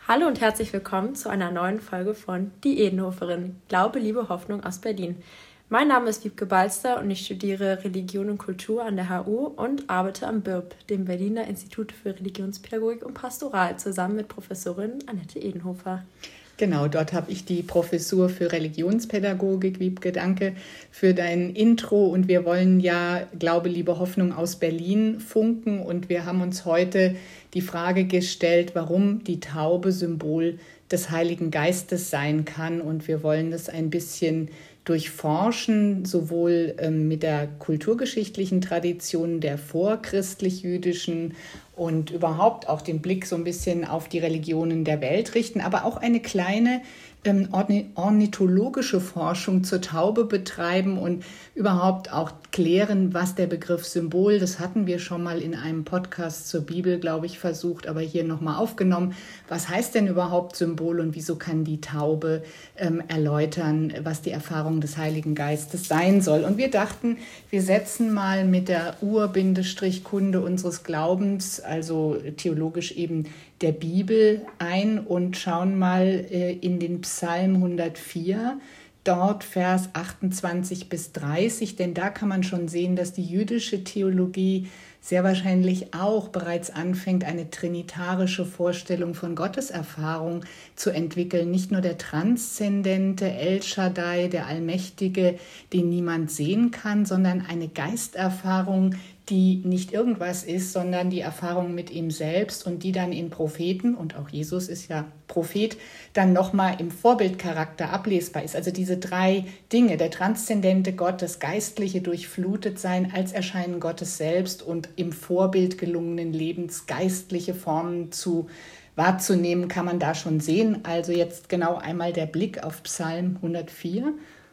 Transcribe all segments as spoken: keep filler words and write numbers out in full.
Hallo und herzlich willkommen zu einer neuen Folge von Die Edenhoferin, Glaube, Liebe, Hoffnung aus Berlin. Mein Name ist Wiebke Balster und ich studiere Religion und Kultur an der H U und arbeite am B I R P, dem Berliner Institut für Religionspädagogik und Pastoral, zusammen mit Professorin Annette Edenhofer. Genau, dort habe ich die Professur für Religionspädagogik. Wiebke, danke für dein Intro. Und wir wollen ja Glaube, Liebe, Hoffnung aus Berlin funken. Und wir haben uns heute die Frage gestellt, warum die Taube Symbol des Heiligen Geistes sein kann. Und wir wollen das ein bisschen durchforschen, sowohl ähm, mit der kulturgeschichtlichen Tradition der vorchristlich-jüdischen und überhaupt auch den Blick so ein bisschen auf die Religionen der Welt richten, aber auch eine kleine ähm, ornithologische Forschung zur Taube betreiben und überhaupt auch klären, was der Begriff Symbol, das hatten wir schon mal in einem Podcast zur Bibel, glaube ich, versucht, aber hier nochmal aufgenommen. Was heißt denn überhaupt Symbol und wieso kann die Taube ähm, erläutern, was die Erfahrung des Heiligen Geistes sein soll? Und wir dachten, wir setzen mal mit der Ur-Kunde unseres Glaubens, also theologisch eben der Bibel, ein und schauen mal äh, in den Psalm hundertvier, dort Vers achtundzwanzig bis dreißig, denn da kann man schon sehen, dass die jüdische Theologie sehr wahrscheinlich auch bereits anfängt, eine trinitarische Vorstellung von Gotteserfahrung zu entwickeln. Nicht nur der transzendente El Shaddai, der Allmächtige, den niemand sehen kann, sondern eine Geisterfahrung, die nicht irgendwas ist, sondern die Erfahrung mit ihm selbst und die dann in Propheten, und auch Jesus ist ja Prophet, dann nochmal im Vorbildcharakter ablesbar ist. Also diese drei Dinge, der transzendente Gott, das geistliche Durchflutetsein als Erscheinen Gottes selbst und im Vorbild gelungenen Lebens geistliche Formen zu wahrzunehmen, kann man da schon sehen. Also jetzt genau einmal der Blick auf Psalm hundertvier.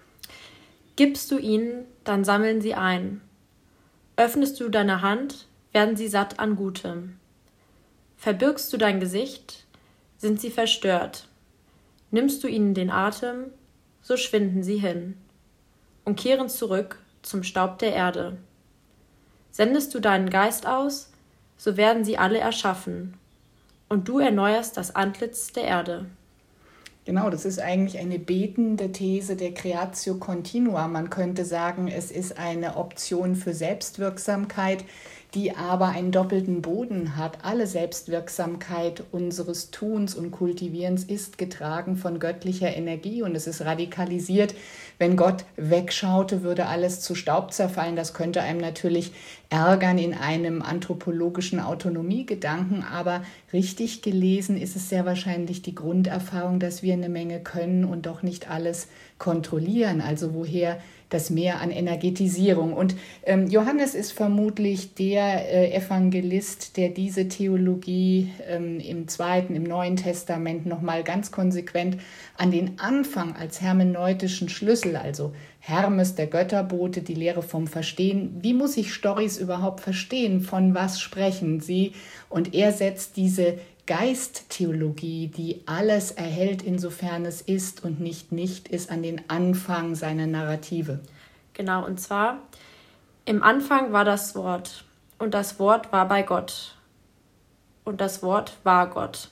Gibst du ihnen, dann sammeln sie ein. Öffnest du deine Hand, werden sie satt an Gutem. Verbirgst du dein Gesicht, sind sie verstört. Nimmst du ihnen den Atem, so schwinden sie hin und kehren zurück zum Staub der Erde. Sendest du deinen Geist aus, so werden sie alle erschaffen, und du erneuerst das Antlitz der Erde. Genau, das ist eigentlich eine betende These der Creatio Continua. Man könnte sagen, es ist eine Option für Selbstwirksamkeit, die aber einen doppelten Boden hat. Alle Selbstwirksamkeit unseres Tuns und Kultivierens ist getragen von göttlicher Energie und es ist radikalisiert. Wenn Gott wegschaute, würde alles zu Staub zerfallen. Das könnte einem natürlich ärgern in einem anthropologischen Autonomiegedanken, aber richtig gelesen ist es sehr wahrscheinlich die Grunderfahrung, dass wir eine Menge können und doch nicht alles kontrollieren. Also woher das Mehr an Energetisierung. Und ähm, Johannes ist vermutlich der äh, Evangelist, der diese Theologie ähm, im Zweiten, im Neuen Testament nochmal ganz konsequent an den Anfang als hermeneutischen Schlüssel, also Hermes, der Götterbote, die Lehre vom Verstehen. Wie muss ich Storys überhaupt verstehen? Von was sprechen sie? Und er setzt diese Geisttheologie, die alles erhält, insofern es ist und nicht nicht ist, an den Anfang seiner Narrative. Genau, und zwar, im Anfang war das Wort, und das Wort war bei Gott, und das Wort war Gott.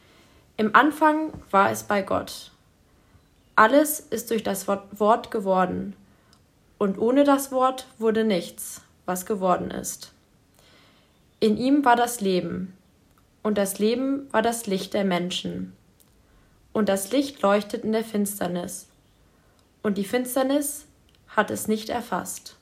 Im Anfang war es bei Gott. Alles ist durch das Wort geworden, und ohne das Wort wurde nichts, was geworden ist. In ihm war das Leben, und das Leben war das Licht der Menschen. Und das Licht leuchtet in der Finsternis. Und die Finsternis hat es nicht erfasst.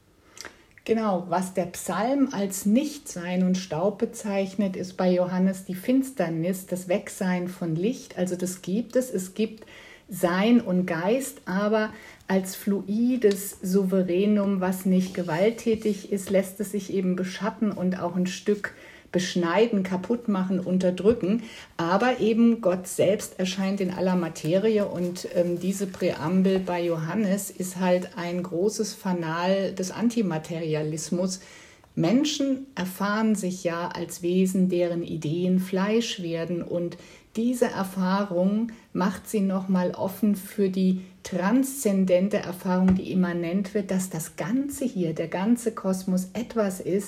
Genau, was der Psalm als Nichtsein und Staub bezeichnet, ist bei Johannes die Finsternis, das Wegsein von Licht. Also das gibt es. Es gibt Sein und Geist, aber als fluides Souveränum, was nicht gewalttätig ist, lässt es sich eben beschatten und auch ein Stück beschneiden, kaputt machen, unterdrücken. Aber eben Gott selbst erscheint in aller Materie und ähm, diese Präambel bei Johannes ist halt ein großes Fanal des Antimaterialismus. Menschen erfahren sich ja als Wesen, deren Ideen Fleisch werden und diese Erfahrung macht sie nochmal offen für die transzendente Erfahrung, die immanent wird, dass das Ganze hier, der ganze Kosmos etwas ist,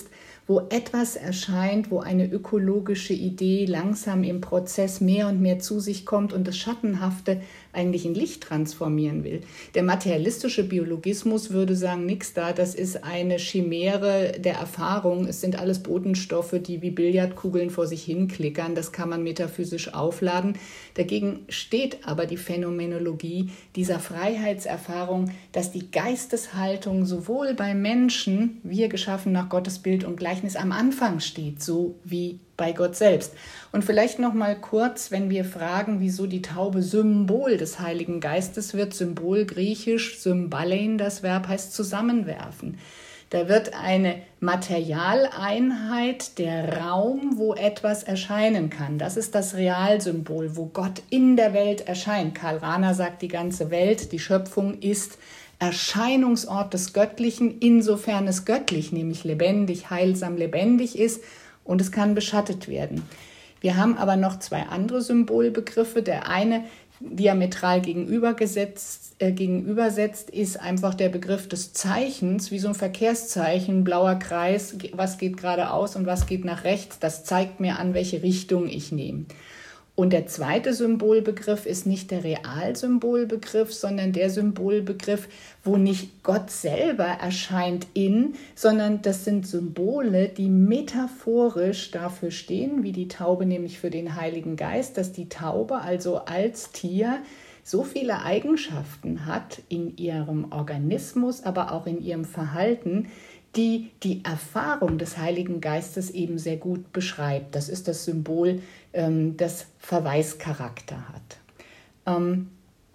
wo etwas erscheint, wo eine ökologische Idee langsam im Prozess mehr und mehr zu sich kommt und das Schattenhafte eigentlich in Licht transformieren will. Der materialistische Biologismus würde sagen, nix da, das ist eine Chimäre der Erfahrung. Es sind alles Botenstoffe, die wie Billardkugeln vor sich hinklickern. Das kann man metaphysisch aufladen. Dagegen steht aber die Phänomenologie dieser Freiheitserfahrung, dass die Geisteshaltung sowohl bei Menschen, wir geschaffen nach Gottes Bild und Gleichnis, am Anfang steht, so wie bei Gott selbst. Und vielleicht noch mal kurz, wenn wir fragen, wieso die Taube Symbol des Heiligen Geistes wird, Symbol griechisch, symbalein, das Verb heißt zusammenwerfen. Da wird eine Materialeinheit, der Raum, wo etwas erscheinen kann. Das ist das Realsymbol, wo Gott in der Welt erscheint. Karl Rahner sagt, die ganze Welt, die Schöpfung ist Erscheinungsort des Göttlichen, insofern es göttlich, nämlich lebendig, heilsam lebendig ist, und es kann beschattet werden. Wir haben aber noch zwei andere Symbolbegriffe. Der eine, diametral gegenübergesetzt, äh, gegenübersetzt, ist einfach der Begriff des Zeichens, wie so ein Verkehrszeichen, blauer Kreis, was geht geradeaus und was geht nach rechts. Das zeigt mir an, welche Richtung ich nehme. Und der zweite Symbolbegriff ist nicht der Realsymbolbegriff, sondern der Symbolbegriff, wo nicht Gott selber erscheint in, sondern das sind Symbole, die metaphorisch dafür stehen, wie die Taube nämlich für den Heiligen Geist, dass die Taube also als Tier so viele Eigenschaften hat in ihrem Organismus, aber auch in ihrem Verhalten, die die Erfahrung des Heiligen Geistes eben sehr gut beschreibt. Das ist das Symbol, ähm, das Verweischarakter hat. Ähm,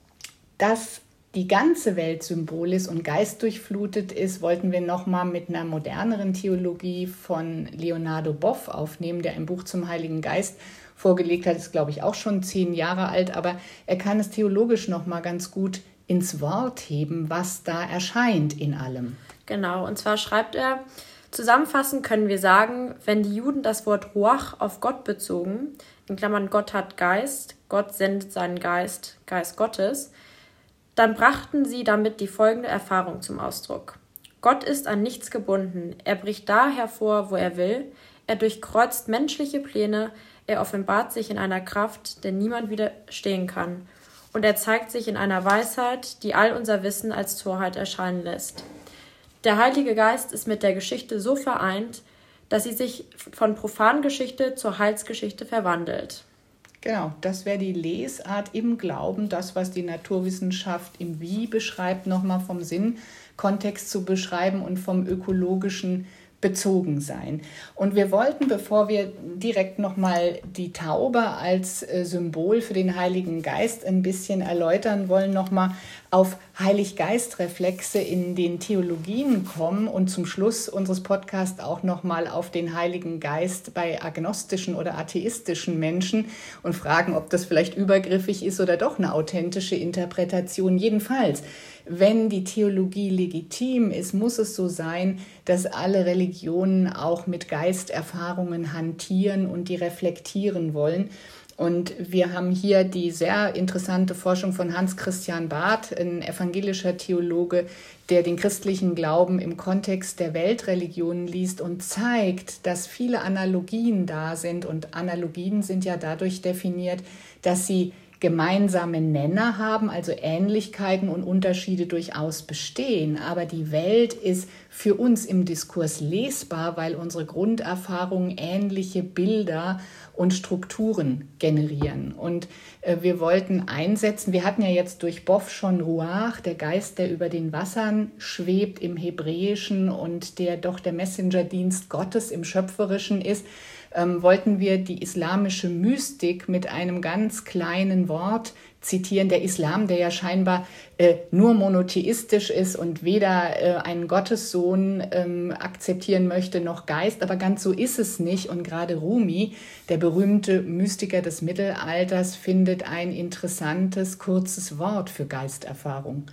dass die ganze Welt Symbol ist und geistdurchflutet ist, wollten wir nochmal mit einer moderneren Theologie von Leonardo Boff aufnehmen, der ein Buch zum Heiligen Geist vorgelegt hat. Ist, glaube ich, auch schon zehn Jahre alt, aber er kann es theologisch nochmal ganz gut ins Wort heben, was da erscheint in allem. Genau, und zwar schreibt er, zusammenfassend können wir sagen, wenn die Juden das Wort Ruach auf Gott bezogen, in Klammern Gott hat Geist, Gott sendet seinen Geist, Geist Gottes, dann brachten sie damit die folgende Erfahrung zum Ausdruck. Gott ist an nichts gebunden, er bricht da hervor, wo er will, er durchkreuzt menschliche Pläne, er offenbart sich in einer Kraft, der niemand widerstehen kann, und er zeigt sich in einer Weisheit, die all unser Wissen als Torheit erscheinen lässt. Der Heilige Geist ist mit der Geschichte so vereint, dass sie sich von Profangeschichte zur Heilsgeschichte verwandelt. Genau, das wäre die Lesart im Glauben, das, was die Naturwissenschaft im Wie beschreibt, nochmal vom Sinnkontext zu beschreiben und vom ökologischen bezogen sein. Und wir wollten, bevor wir direkt nochmal die Taube als äh, Symbol für den Heiligen Geist ein bisschen erläutern wollen, nochmal auf Heiliggeist-Reflexe in den Theologien kommen und zum Schluss unseres Podcasts auch nochmal auf den Heiligen Geist bei agnostischen oder atheistischen Menschen und fragen, ob das vielleicht übergriffig ist oder doch eine authentische Interpretation. Jedenfalls, wenn die Theologie legitim ist, muss es so sein, dass alle Religionen auch mit Geisterfahrungen hantieren und die reflektieren wollen. Und wir haben hier die sehr interessante Forschung von Hans Christian Barth, ein evangelischer Theologe, der den christlichen Glauben im Kontext der Weltreligionen liest und zeigt, dass viele Analogien da sind. Und Analogien sind ja dadurch definiert, dass sie gemeinsame Nenner haben, also Ähnlichkeiten und Unterschiede durchaus bestehen. Aber die Welt ist für uns im Diskurs lesbar, weil unsere Grunderfahrungen ähnliche Bilder und Strukturen generieren. Und äh, wir wollten einsetzen, wir hatten ja jetzt durch Boff schon Ruach, der Geist, der über den Wassern schwebt im Hebräischen und der doch der Messengerdienst Gottes im Schöpferischen ist, ähm, wollten wir die islamische Mystik mit einem ganz kleinen Wort zitieren. Der Islam, der ja scheinbar äh, nur monotheistisch ist und weder äh, einen Gottessohn ähm, akzeptieren möchte noch Geist, aber ganz so ist es nicht. Und gerade Rumi, der berühmte Mystiker des Mittelalters, findet ein interessantes, kurzes Wort für Geisterfahrung.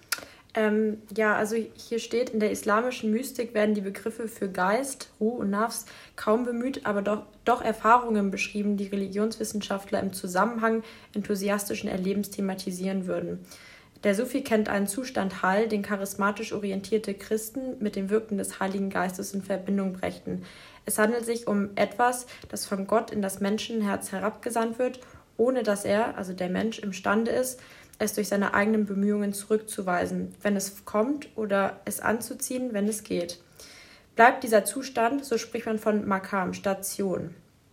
Ähm, ja, also hier steht, in der islamischen Mystik werden die Begriffe für Geist, Ruh und Nafs kaum bemüht, aber doch, doch Erfahrungen beschrieben, die Religionswissenschaftler im Zusammenhang enthusiastischen Erlebens thematisieren würden. Der Sufi kennt einen Zustand Hall, den charismatisch orientierte Christen mit dem Wirken des Heiligen Geistes in Verbindung brächten. Es handelt sich um etwas, das von Gott in das Menschenherz herabgesandt wird, ohne dass er, also der Mensch, imstande ist, es durch seine eigenen Bemühungen zurückzuweisen, wenn es kommt, oder es anzuziehen, wenn es geht. Bleibt dieser Zustand, so spricht man von Makam, Station.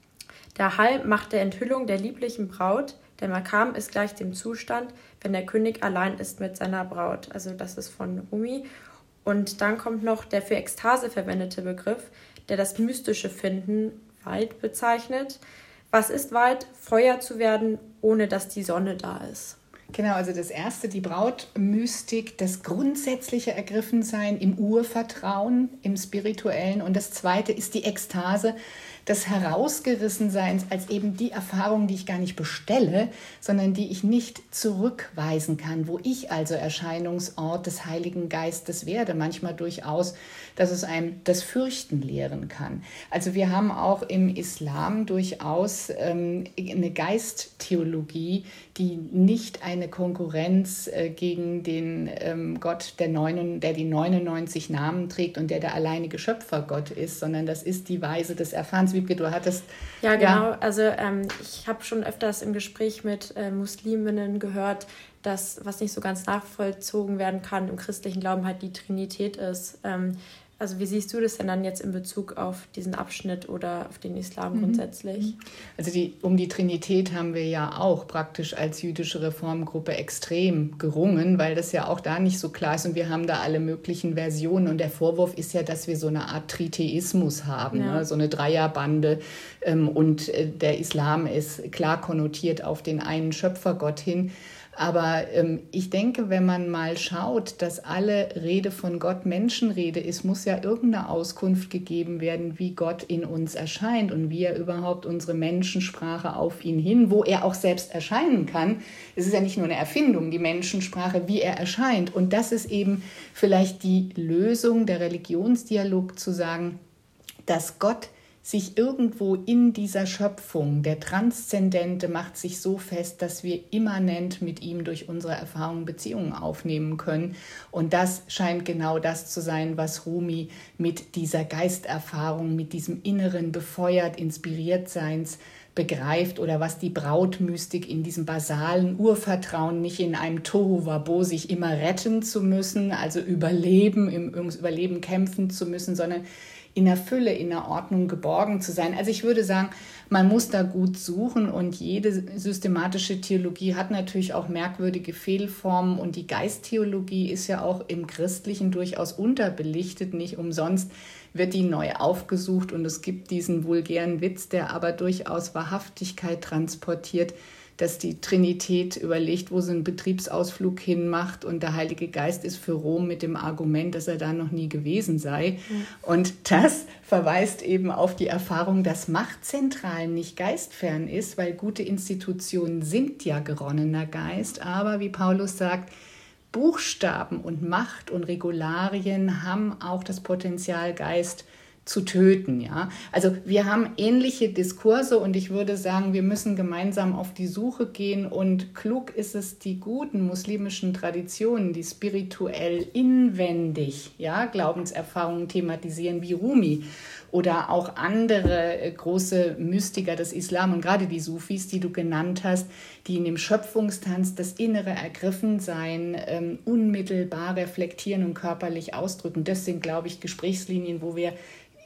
Der Hall macht der Enthüllung der lieblichen Braut. Der Makam ist gleich dem Zustand, wenn der König allein ist mit seiner Braut. Also das ist von Rumi. Und dann kommt noch der für Ekstase verwendete Begriff, der das mystische Finden, Weit, bezeichnet. Was ist weit? Feuer zu werden, ohne dass die Sonne da ist. Genau, also das erste, die Brautmystik, das grundsätzliche Ergriffensein im Urvertrauen, im Spirituellen. Und das zweite ist die Ekstase, des Herausgerissenseins als eben die Erfahrung, die ich gar nicht bestelle, sondern die ich nicht zurückweisen kann, wo ich also Erscheinungsort des Heiligen Geistes werde, manchmal durchaus, dass es einem das Fürchten lehren kann. Also wir haben auch im Islam durchaus ähm, eine Geisttheologie, die nicht eine Konkurrenz äh, gegen den ähm, Gott, der, neun, der die neunundneunzig Namen trägt und der der alleinige Schöpfergott ist, sondern das ist die Weise des Erfahrens. Wiebke, du hattest... Ja, genau. Ja. Also ähm, ich habe schon öfters im Gespräch mit äh, Musliminnen gehört, dass, was nicht so ganz nachvollzogen werden kann, im christlichen Glauben halt die Trinität ist. Ähm, Also wie siehst du das denn dann jetzt in Bezug auf diesen Abschnitt oder auf den Islam grundsätzlich? Also die, um die Trinität haben wir ja auch praktisch als jüdische Reformgruppe extrem gerungen, weil das ja auch da nicht so klar ist und wir haben da alle möglichen Versionen und der Vorwurf ist ja, dass wir so eine Art Tritheismus haben, ja. ne? So eine Dreierbande ähm, und äh, der Islam ist klar konnotiert auf den einen Schöpfergott hin. Aber ähm, ich denke, wenn man mal schaut, dass alle Rede von Gott Menschenrede ist, muss ja irgendeine Auskunft gegeben werden, wie Gott in uns erscheint und wie er überhaupt unsere Menschensprache auf ihn hin, wo er auch selbst erscheinen kann. Es ist ja nicht nur eine Erfindung, die Menschensprache, wie er erscheint. Und das ist eben vielleicht die Lösung, der Religionsdialog, zu sagen, dass Gott sich irgendwo in dieser Schöpfung, der Transzendente, macht sich so fest, dass wir immanent mit ihm durch unsere Erfahrungen Beziehungen aufnehmen können. Und das scheint genau das zu sein, was Rumi mit dieser Geisterfahrung, mit diesem inneren befeuert, inspiriert Seins begreift oder was die Brautmystik in diesem basalen Urvertrauen, nicht in einem Tohuwabohu sich immer retten zu müssen, also überleben, im ums Überleben kämpfen zu müssen, sondern in der Fülle, in der Ordnung geborgen zu sein. Also ich würde sagen, man muss da gut suchen und jede systematische Theologie hat natürlich auch merkwürdige Fehlformen und die Geisttheologie ist ja auch im Christlichen durchaus unterbelichtet. Nicht umsonst wird die neu aufgesucht und es gibt diesen vulgären Witz, der aber durchaus Wahrhaftigkeit transportiert, dass die Trinität überlegt, wo sie einen Betriebsausflug hinmacht und der Heilige Geist ist für Rom mit dem Argument, dass er da noch nie gewesen sei. Mhm. Und das verweist eben auf die Erfahrung, dass Machtzentral nicht geistfern ist, weil gute Institutionen sind ja geronnener Geist. Aber wie Paulus sagt, Buchstaben und Macht und Regularien haben auch das Potenzial, Geist zu töten, ja. Also wir haben ähnliche Diskurse und ich würde sagen, wir müssen gemeinsam auf die Suche gehen und klug ist es, die guten muslimischen Traditionen, die spirituell inwendig, ja, Glaubenserfahrungen thematisieren, wie Rumi oder auch andere große Mystiker des Islam und gerade die Sufis, die du genannt hast, die in dem Schöpfungstanz das innere Ergriffensein ähm, unmittelbar reflektieren und körperlich ausdrücken. Das sind, glaube ich, Gesprächslinien, wo wir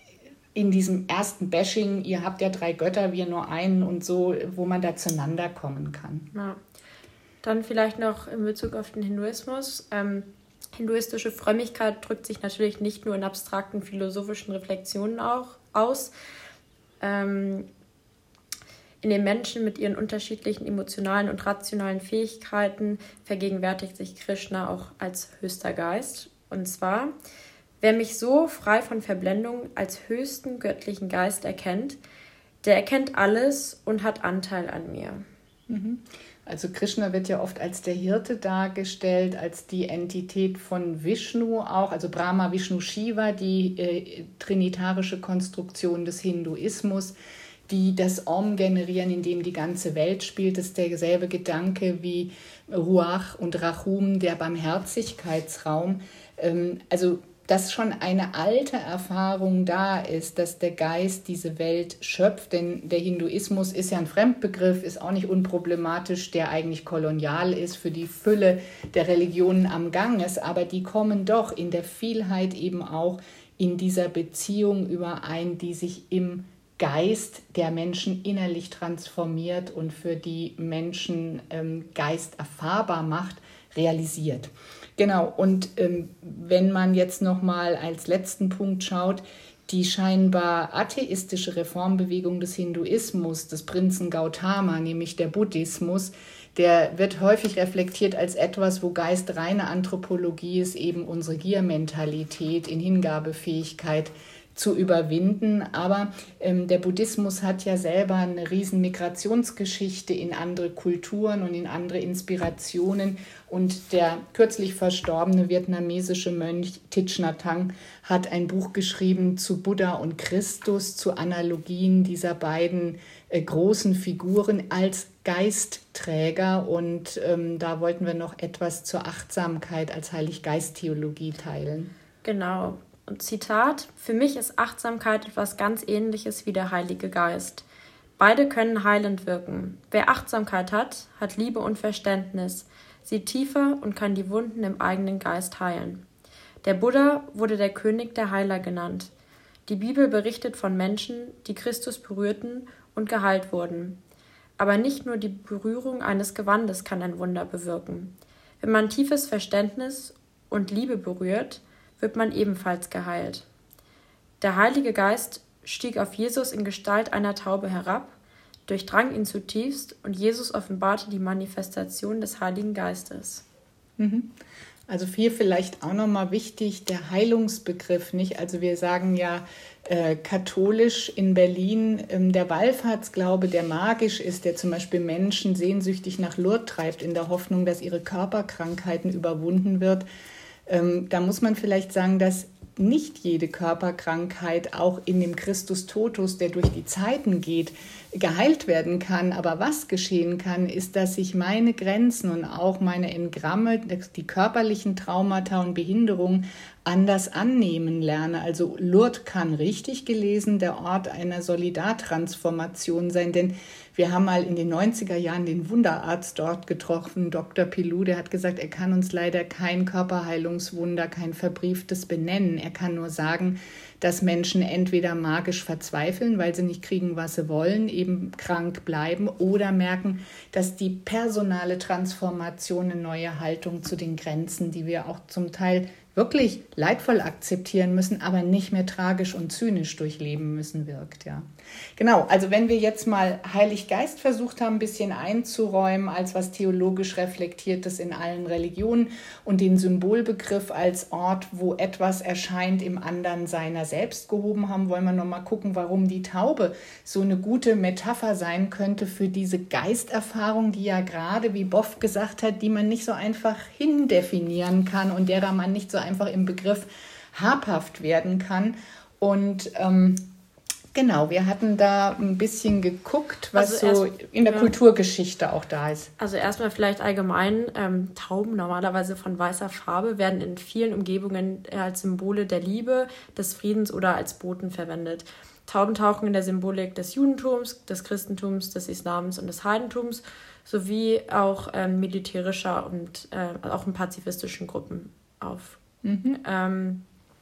in diesem ersten Bashing, ihr habt ja drei Götter, wir nur einen und so, wo man da zueinander kommen kann. Ja. Dann vielleicht noch in Bezug auf den Hinduismus. Ähm, hinduistische Frömmigkeit drückt sich natürlich nicht nur in abstrakten philosophischen Reflexionen auch aus. Ähm, in den Menschen mit ihren unterschiedlichen emotionalen und rationalen Fähigkeiten vergegenwärtigt sich Krishna auch als höchster Geist. Und zwar: Wer mich so frei von Verblendung als höchsten göttlichen Geist erkennt, der erkennt alles und hat Anteil an mir. Also Krishna wird ja oft als der Hirte dargestellt, als die Entität von Vishnu auch, also Brahma, Vishnu, Shiva, die äh, trinitarische Konstruktion des Hinduismus, die das Om generieren, in dem die ganze Welt spielt. Das ist derselbe Gedanke wie Ruach und Rachum, der Barmherzigkeitsraum. Ähm, also dass schon eine alte Erfahrung da ist, dass der Geist diese Welt schöpft. Denn der Hinduismus ist ja ein Fremdbegriff, ist auch nicht unproblematisch, der eigentlich kolonial ist für die Fülle der Religionen am Gang ist. Aber die kommen doch in der Vielheit eben auch in dieser Beziehung überein, die sich im Geist der Menschen innerlich transformiert und für die Menschen ähm, Geist erfahrbar macht, realisiert. Genau, und ähm, wenn man jetzt nochmal als letzten Punkt schaut, die scheinbar atheistische Reformbewegung des Hinduismus, des Prinzen Gautama, nämlich der Buddhismus, der wird häufig reflektiert als etwas, wo Geist reine Anthropologie ist, eben unsere Giermentalität in Hingabefähigkeit zu überwinden. Aber ähm, der Buddhismus hat ja selber eine riesen Migrationsgeschichte in andere Kulturen und in andere Inspirationen. Und der kürzlich verstorbene vietnamesische Mönch Thich Nhat Hanh hat ein Buch geschrieben zu Buddha und Christus, zu Analogien dieser beiden äh, großen Figuren als Geistträger. Und ähm, da wollten wir noch etwas zur Achtsamkeit als Heiliggeist-Theologie teilen. Genau. Und Zitat: Für mich ist Achtsamkeit etwas ganz Ähnliches wie der Heilige Geist. Beide können heilend wirken. Wer Achtsamkeit hat, hat Liebe und Verständnis, sieht tiefer und kann die Wunden im eigenen Geist heilen. Der Buddha wurde der König der Heiler genannt. Die Bibel berichtet von Menschen, die Christus berührten und geheilt wurden. Aber nicht nur die Berührung eines Gewandes kann ein Wunder bewirken. Wenn man tiefes Verständnis und Liebe berührt, wird man ebenfalls geheilt. Der Heilige Geist stieg auf Jesus in Gestalt einer Taube herab, durchdrang ihn zutiefst und Jesus offenbarte die Manifestation des Heiligen Geistes. Also hier vielleicht auch nochmal wichtig, der Heilungsbegriff, nicht? Also wir sagen ja äh, katholisch in Berlin, ähm, der Wallfahrtsglaube, der magisch ist, der zum Beispiel Menschen sehnsüchtig nach Lourdes treibt, in der Hoffnung, dass ihre Körperkrankheiten überwunden wird. Ähm, da muss man vielleicht sagen, dass nicht jede Körperkrankheit auch in dem Christus Totus, der durch die Zeiten geht, geheilt werden kann. Aber was geschehen kann, ist, dass ich meine Grenzen und auch meine Engramme, die körperlichen Traumata und Behinderungen anders annehmen lerne. Also Lourdes kann richtig gelesen der Ort einer Solidartransformation sein, denn wir haben mal in den neunziger Jahren den Wunderarzt dort getroffen, Doktor Pilou, der hat gesagt, er kann uns leider kein Körperheilungswunder, kein verbrieftes benennen. Er kann nur sagen, dass Menschen entweder magisch verzweifeln, weil sie nicht kriegen, was sie wollen, eben krank bleiben oder merken, dass die personale Transformation eine neue Haltung zu den Grenzen, die wir auch zum Teil wirklich leidvoll akzeptieren müssen, aber nicht mehr tragisch und zynisch durchleben müssen, wirkt. Ja. Genau, also wenn wir jetzt mal Heiliggeist versucht haben, ein bisschen einzuräumen als was theologisch Reflektiertes in allen Religionen und den Symbolbegriff als Ort, wo etwas erscheint, im anderen seiner selbst gehoben haben, wollen wir nochmal gucken, warum die Taube so eine gute Metapher sein könnte für diese Geisterfahrung, die ja gerade, wie Boff gesagt hat, die man nicht so einfach hindefinieren kann und derer man nicht so einfach im Begriff habhaft werden kann. Und ähm, genau, wir hatten da ein bisschen geguckt, was also so erst, in der ja. Kulturgeschichte auch da ist. Also erstmal vielleicht allgemein, ähm, Tauben normalerweise von weißer Farbe werden in vielen Umgebungen als Symbole der Liebe, des Friedens oder als Boten verwendet. Tauben tauchen in der Symbolik des Judentums, des Christentums, des Islams und des Heidentums sowie auch ähm, militärischer und äh, auch in pazifistischen Gruppen auf. Mhm. Ähm,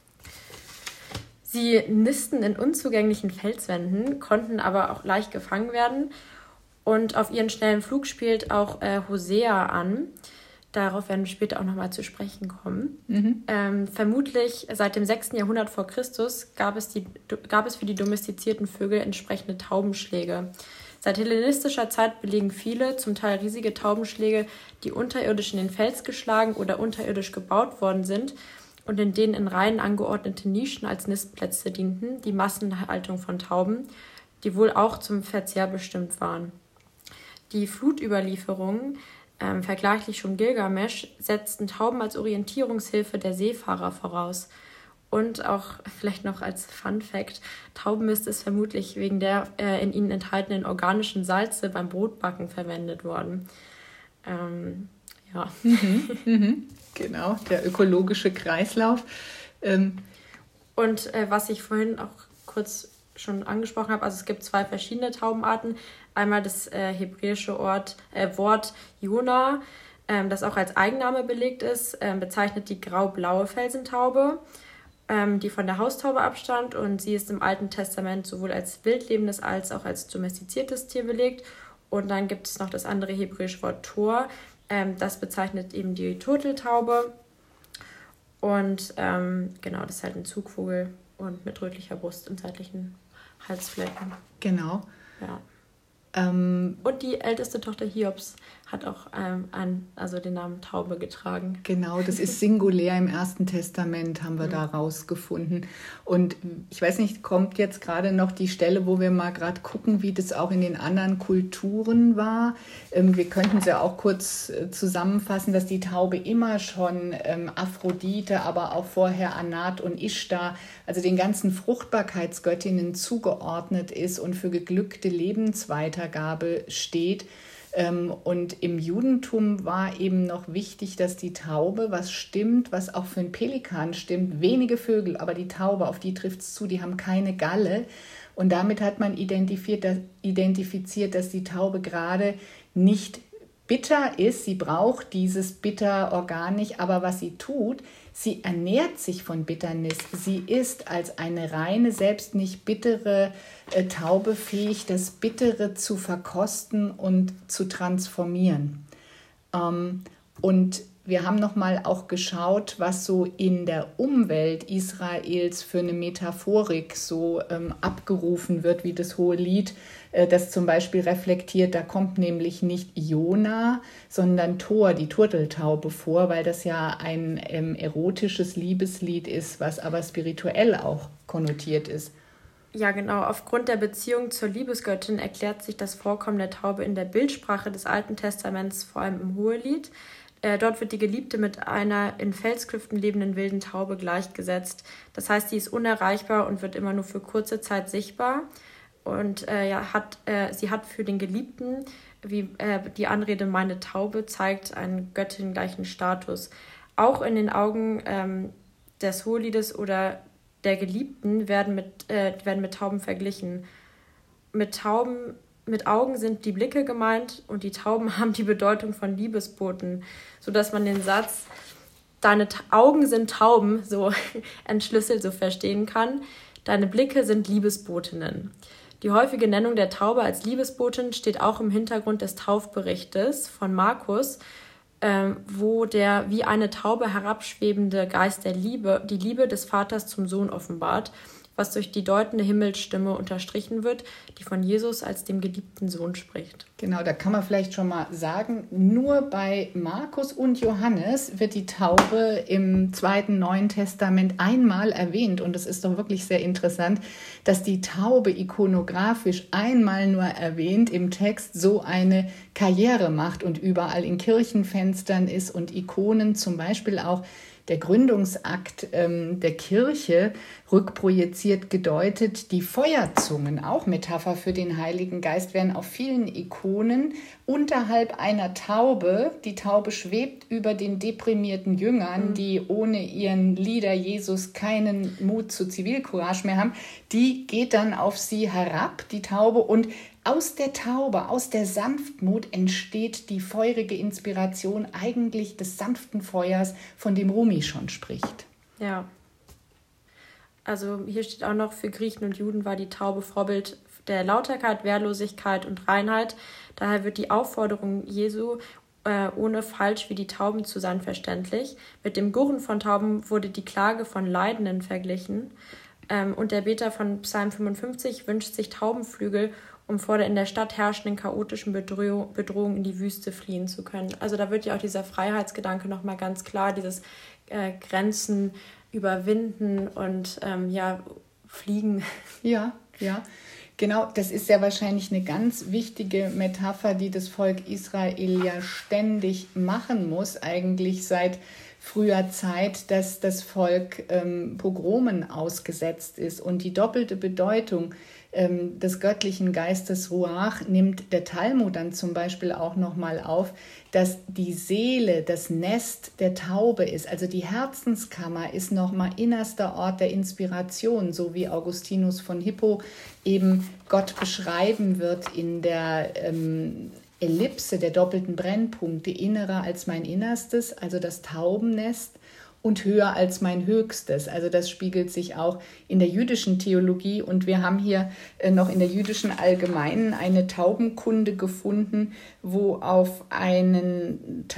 sie nisten in unzugänglichen Felswänden, konnten aber auch leicht gefangen werden. Und auf ihren schnellen Flug spielt auch äh, Hosea an. Darauf werden wir später auch nochmal zu sprechen kommen. Mhm. Ähm, vermutlich seit dem sechsten Jahrhundert vor Christus gab es, die, gab es für die domestizierten Vögel entsprechende Taubenschläge. Seit hellenistischer Zeit belegen viele, zum Teil riesige Taubenschläge, die unterirdisch in den Fels geschlagen oder unterirdisch gebaut worden sind und in denen in Reihen angeordnete Nischen als Nistplätze dienten, die Massenhaltung von Tauben, die wohl auch zum Verzehr bestimmt waren. Die Flutüberlieferungen, ähm, vergleichlich schon Gilgamesch, setzten Tauben als Orientierungshilfe der Seefahrer voraus. Und auch vielleicht noch als Fun Fact, Taubenmist ist vermutlich wegen der äh, in ihnen enthaltenen organischen Salze beim Brotbacken verwendet worden. Ähm, ja. Mhm, mhm. Genau, der ökologische Kreislauf. Ähm, Und äh, was ich vorhin auch kurz schon angesprochen habe, also es gibt zwei verschiedene Taubenarten. Einmal das äh, hebräische Ort, äh, Wort Jona, ähm, das auch als Eigenname belegt ist, ähm, bezeichnet die grau-blaue Felsentaube, ähm, die von der Haustaube abstammt, und sie ist im Alten Testament sowohl als wildlebendes als auch als domestiziertes Tier belegt. Und dann gibt es noch das andere hebräische Wort Tor, ähm, das bezeichnet eben die Turteltaube. Und ähm, genau, das ist halt ein Zugvogel und mit rötlicher Brust und seitlichen Halsflecken. Genau. Ja. Ähm, und die älteste Tochter Hiobs hat auch ähm, ein, also den Namen Taube getragen. Genau, das ist singulär im Ersten Testament, haben wir mhm. da rausgefunden. Und ich weiß nicht, kommt jetzt gerade noch die Stelle, wo wir mal gerade gucken, wie das auch in den anderen Kulturen war. Ähm, wir könnten es ja auch kurz äh, zusammenfassen, dass die Taube immer schon ähm, Aphrodite, aber auch vorher Anat und Ishtar, also den ganzen Fruchtbarkeitsgöttinnen zugeordnet ist und für geglückte Lebensweitergabe steht. Und im Judentum war eben noch wichtig, dass die Taube, was stimmt, was auch für einen Pelikan stimmt, wenige Vögel, aber die Taube, auf die trifft es zu, die haben keine Galle. Und damit hat man identifiziert, dass, identifiziert, dass die Taube gerade nicht bitter ist. Sie braucht dieses Bitterorgan nicht, aber was sie tut, sie ernährt sich von Bitternis. Sie ist als eine reine, selbst nicht bittere äh, Taube fähig, das Bittere zu verkosten und zu transformieren. Ähm, und wir haben nochmal auch geschaut, was so in der Umwelt Israels für eine Metaphorik so ähm, abgerufen wird, wie das Hohelied, äh, das zum Beispiel reflektiert. Da kommt nämlich nicht Jona, sondern Thor, die Turteltaube, vor, weil das ja ein ähm, erotisches Liebeslied ist, was aber spirituell auch konnotiert ist. Ja, genau. Aufgrund der Beziehung zur Liebesgöttin erklärt sich das Vorkommen der Taube in der Bildsprache des Alten Testaments, vor allem im Hohelied. Äh, dort wird die Geliebte mit einer in Felsklüften lebenden wilden Taube gleichgesetzt. Das heißt, sie ist unerreichbar und wird immer nur für kurze Zeit sichtbar. Und äh, ja, hat, äh, sie hat für den Geliebten, wie äh, die Anrede meine Taube zeigt, einen göttingleichen Status. Auch in den Augen ähm, des Hoheliedes oder der Geliebten werden mit, äh, werden mit Tauben verglichen. Mit Tauben Mit Augen sind die Blicke gemeint und die Tauben haben die Bedeutung von Liebesboten, sodass man den Satz, deine Ta- Augen sind Tauben, so entschlüsselt, so verstehen kann. Deine Blicke sind Liebesbotinnen. Die häufige Nennung der Taube als Liebesbotin steht auch im Hintergrund des Taufberichtes von Markus, ähm, wo der wie eine Taube herabschwebende Geist der Liebe, die Liebe des Vaters zum Sohn offenbart, was durch die deutende Himmelsstimme unterstrichen wird, die von Jesus als dem geliebten Sohn spricht. Genau, da kann man vielleicht schon mal sagen, nur bei Markus und Johannes wird die Taube im zweiten Neuen Testament einmal erwähnt. Und es ist doch wirklich sehr interessant, dass die Taube ikonografisch einmal nur erwähnt im Text so eine Karriere macht und überall in Kirchenfenstern ist und Ikonen, zum Beispiel auch der Gründungsakt ähm, der Kirche, rückprojiziert gedeutet. Die Feuerzungen, auch Metapher für den Heiligen Geist, werden auf vielen Ikonen unterhalb einer Taube. Die Taube schwebt über den deprimierten Jüngern, mhm. die ohne ihren Leader Jesus keinen Mut zu Zivilcourage mehr haben. Die geht dann auf sie herab, die Taube, und aus der Taube, aus der Sanftmut entsteht die feurige Inspiration eigentlich des sanften Feuers, von dem Rumi schon spricht. Ja. Also hier steht auch noch, für Griechen und Juden war die Taube Vorbild der Lauterkeit, Wehrlosigkeit und Reinheit. Daher wird die Aufforderung Jesu, äh, ohne falsch wie die Tauben zu sein, verständlich. Mit dem Gurren von Tauben wurde die Klage von Leidenden verglichen. Ähm, und der Beter von Psalm fünfundfünfzig wünscht sich Taubenflügel, um vor der in der Stadt herrschenden chaotischen Bedrohung, Bedrohung in die Wüste fliehen zu können. Also da wird ja auch dieser Freiheitsgedanke nochmal ganz klar, dieses äh, Grenzen überwinden und ähm, ja, fliegen. Ja, ja. Genau, das ist ja wahrscheinlich eine ganz wichtige Metapher, die das Volk Israel ja ständig machen muss, eigentlich seit früher Zeit, dass das Volk ähm, Pogromen ausgesetzt ist. Und die doppelte Bedeutung ähm, des göttlichen Geistes Ruach nimmt der Talmud dann zum Beispiel auch nochmal auf, dass die Seele das Nest der Taube ist. Also die Herzenskammer ist nochmal innerster Ort der Inspiration, so wie Augustinus von Hippo eben Gott beschreiben wird in der ähm, Ellipse der doppelten Brennpunkte, innerer als mein Innerstes, also das Taubennest, und höher als mein Höchstes. Also das spiegelt sich auch in der jüdischen Theologie. Und wir haben hier noch in der jüdischen Allgemeinen eine Taubenkunde gefunden, wo auf einen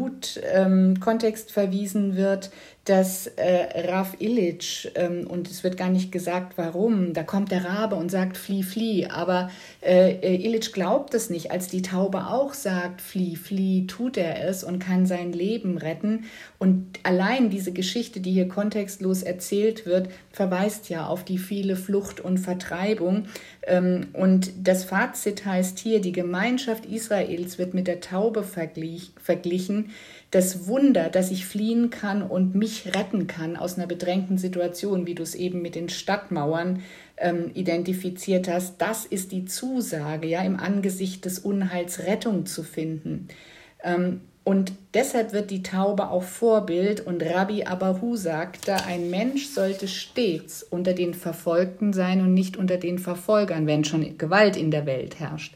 Talmud-Kontext verwiesen wird, dass äh, Rav Illich, ähm, und es wird gar nicht gesagt, warum, da kommt der Rabe und sagt, flieh, flieh, aber äh, Illich glaubt es nicht. Als die Taube auch sagt, flieh, flieh, tut er es und kann sein Leben retten. Und allein diese Geschichte, die hier kontextlos erzählt wird, verweist ja auf die viele Flucht und Vertreibung. Ähm, und das Fazit heißt hier, die Gemeinschaft Israels wird mit der Taube verglich, verglichen. Das Wunder, dass ich fliehen kann und mich retten kann aus einer bedrängten Situation, wie du es eben mit den Stadtmauern ähm, identifiziert hast, das ist die Zusage, ja, im Angesicht des Unheils Rettung zu finden. Ähm, und deshalb wird die Taube auch Vorbild, und Rabbi Abahu sagte, ein Mensch sollte stets unter den Verfolgten sein und nicht unter den Verfolgern, wenn schon Gewalt in der Welt herrscht.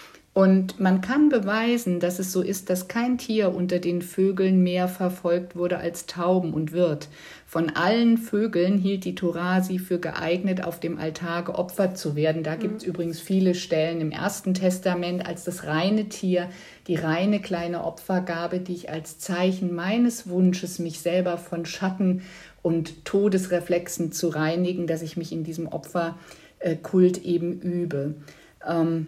Und man kann beweisen, dass es so ist, dass kein Tier unter den Vögeln mehr verfolgt wurde als Tauben und wird. Von allen Vögeln hielt die Tora sie für geeignet, auf dem Altar geopfert zu werden. Da gibt es mhm. übrigens viele Stellen im Ersten Testament als das reine Tier, die reine kleine Opfergabe, die ich als Zeichen meines Wunsches, mich selber von Schatten und Todesreflexen zu reinigen, dass ich mich in diesem Opferkult eben übe. Ähm,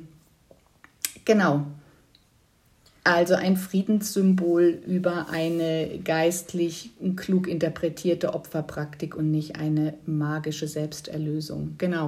Genau, also ein Friedenssymbol über eine geistlich klug interpretierte Opferpraktik und nicht eine magische Selbsterlösung. Genau.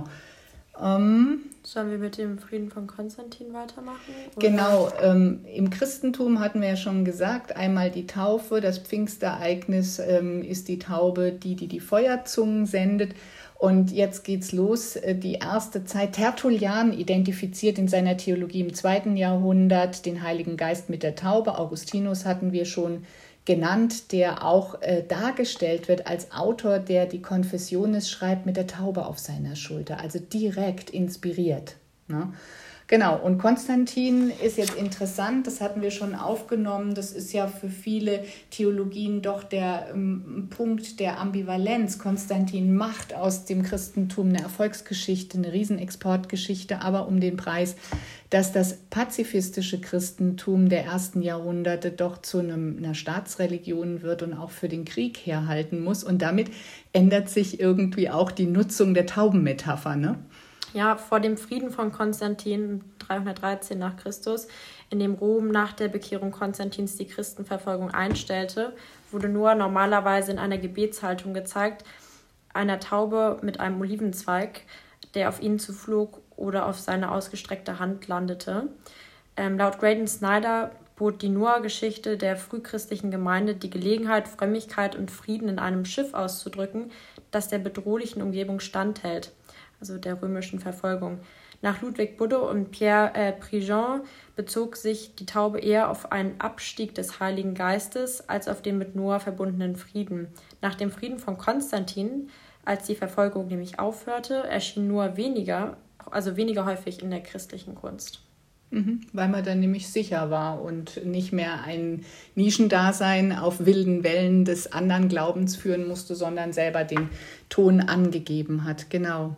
Ähm, Sollen wir mit dem Frieden von Konstantin weitermachen? Oder? Genau, ähm, im Christentum hatten wir ja schon gesagt, einmal die Taufe, das Pfingstereignis ähm, ist die Taube, die die, die Feuerzungen sendet. Und jetzt geht's los, die erste Zeit. Tertullian identifiziert in seiner Theologie im zweiten Jahrhundert den Heiligen Geist mit der Taube. Augustinus hatten wir schon genannt, der auch äh, dargestellt wird als Autor, der die Confessiones schreibt mit der Taube auf seiner Schulter, also direkt inspiriert. Ne? Genau, und Konstantin ist jetzt interessant, das hatten wir schon aufgenommen, das ist ja für viele Theologien doch der ähm, Punkt der Ambivalenz. Konstantin macht aus dem Christentum eine Erfolgsgeschichte, eine Riesenexportgeschichte, aber um den Preis, dass das pazifistische Christentum der ersten Jahrhunderte doch zu einem, einer Staatsreligion wird und auch für den Krieg herhalten muss. Und damit ändert sich irgendwie auch die Nutzung der Taubenmetapher, ne? Ja, vor dem Frieden von Konstantin dreihundertdreizehn nach Christus, in dem Rom nach der Bekehrung Konstantins die Christenverfolgung einstellte, wurde nur normalerweise in einer Gebetshaltung gezeigt, einer Taube mit einem Olivenzweig, der auf ihn zuflog oder auf seine ausgestreckte Hand landete. Ähm, laut Graydon Snyder bot die Noah-Geschichte der frühchristlichen Gemeinde die Gelegenheit, Frömmigkeit und Frieden in einem Schiff auszudrücken, das der bedrohlichen Umgebung standhält, also der römischen Verfolgung. Nach Ludwig Budde und Pierre äh, Prigent bezog sich die Taube eher auf einen Abstieg des Heiligen Geistes als auf den mit Noah verbundenen Frieden. Nach dem Frieden von Konstantin, als die Verfolgung nämlich aufhörte, erschien Noah weniger, also weniger häufig in der christlichen Kunst. Mhm, weil man dann nämlich sicher war und nicht mehr ein Nischendasein auf wilden Wellen des anderen Glaubens führen musste, sondern selber den Ton angegeben hat. Genau.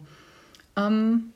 Ähm,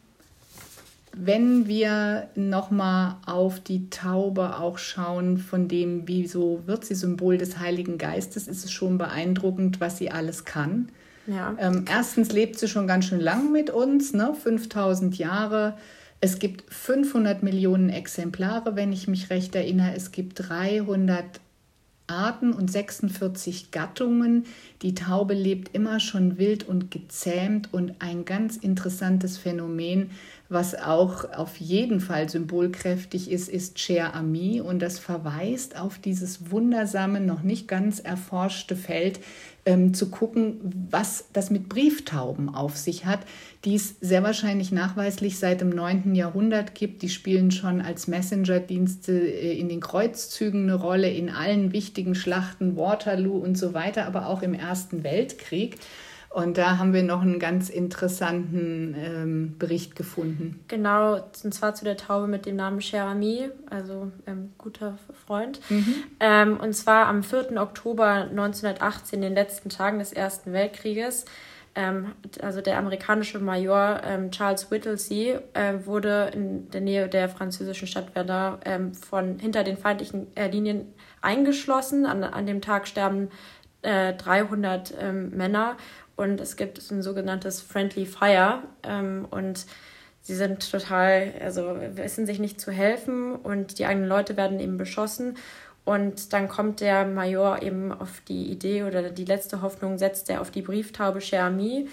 wenn wir nochmal auf die Taube auch schauen, von dem, wieso wird sie Symbol des Heiligen Geistes, ist es schon beeindruckend, was sie alles kann. Ja. Ähm, erstens lebt sie schon ganz schön lang mit uns, ne? fünftausend Jahre. Es gibt fünfhundert Millionen Exemplare, wenn ich mich recht erinnere. Es gibt dreihundert Arten und sechsundvierzig Gattungen. Die Taube lebt immer schon wild und gezähmt und ein ganz interessantes Phänomen, Was auch auf jeden Fall symbolkräftig ist, ist Cher Ami und das verweist auf dieses wundersame, noch nicht ganz erforschte Feld, ähm, zu gucken, was das mit Brieftauben auf sich hat, die es sehr wahrscheinlich nachweislich seit dem neunten Jahrhundert gibt. Die spielen schon als Messenger-Dienste in den Kreuzzügen eine Rolle, in allen wichtigen Schlachten, Waterloo und so weiter, aber auch im Ersten Weltkrieg. Und da haben wir noch einen ganz interessanten ähm, Bericht gefunden. Genau, und zwar zu der Taube mit dem Namen Cher Ami, also ähm, guter Freund. Mhm. Ähm, und zwar am vierten Oktober neunzehnhundertachtzehn, den letzten Tagen des Ersten Weltkrieges. Ähm, also der amerikanische Major ähm, Charles Whittlesey äh, wurde in der Nähe der französischen Stadt Verdun ähm, von hinter den feindlichen äh, Linien eingeschlossen. An, an dem Tag sterben äh, dreihundert ähm, Männer. Und es gibt ein sogenanntes Friendly Fire ähm, und sie sind total, also wissen sich nicht zu helfen und die eigenen Leute werden eben beschossen. Und dann kommt der Major eben auf die Idee oder die letzte Hoffnung setzt er auf die Brieftaube Cher Ami.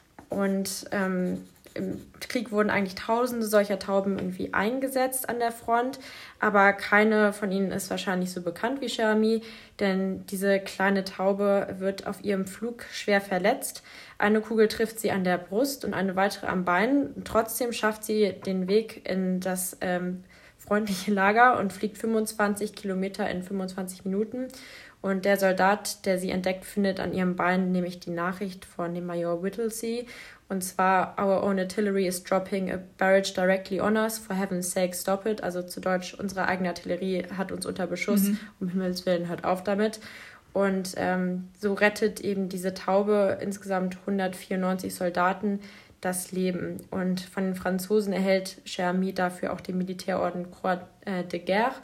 Und ähm, im Krieg wurden eigentlich tausende solcher Tauben irgendwie eingesetzt an der Front, aber keine von ihnen ist wahrscheinlich so bekannt wie Cher Ami, denn diese kleine Taube wird auf ihrem Flug schwer verletzt. Eine Kugel trifft sie an der Brust und eine weitere am Bein. Trotzdem schafft sie den Weg in das ähm, freundliche Lager und fliegt fünfundzwanzig Kilometer in fünfundzwanzig Minuten. Und der Soldat, der sie entdeckt, findet an ihrem Bein nämlich die Nachricht von dem Major Whittlesey. Und zwar, our own artillery is dropping a barrage directly on us. For heaven's sake, stop it. Also zu Deutsch, unsere eigene Artillerie hat uns unter Beschuss. Mhm. Um Himmels Willen, hört auf damit. Und ähm, so rettet eben diese Taube insgesamt hundertvierundneunzig Soldaten das Leben. Und von den Franzosen erhält Cher Ami dafür auch den Militärorden Croix de Guerre.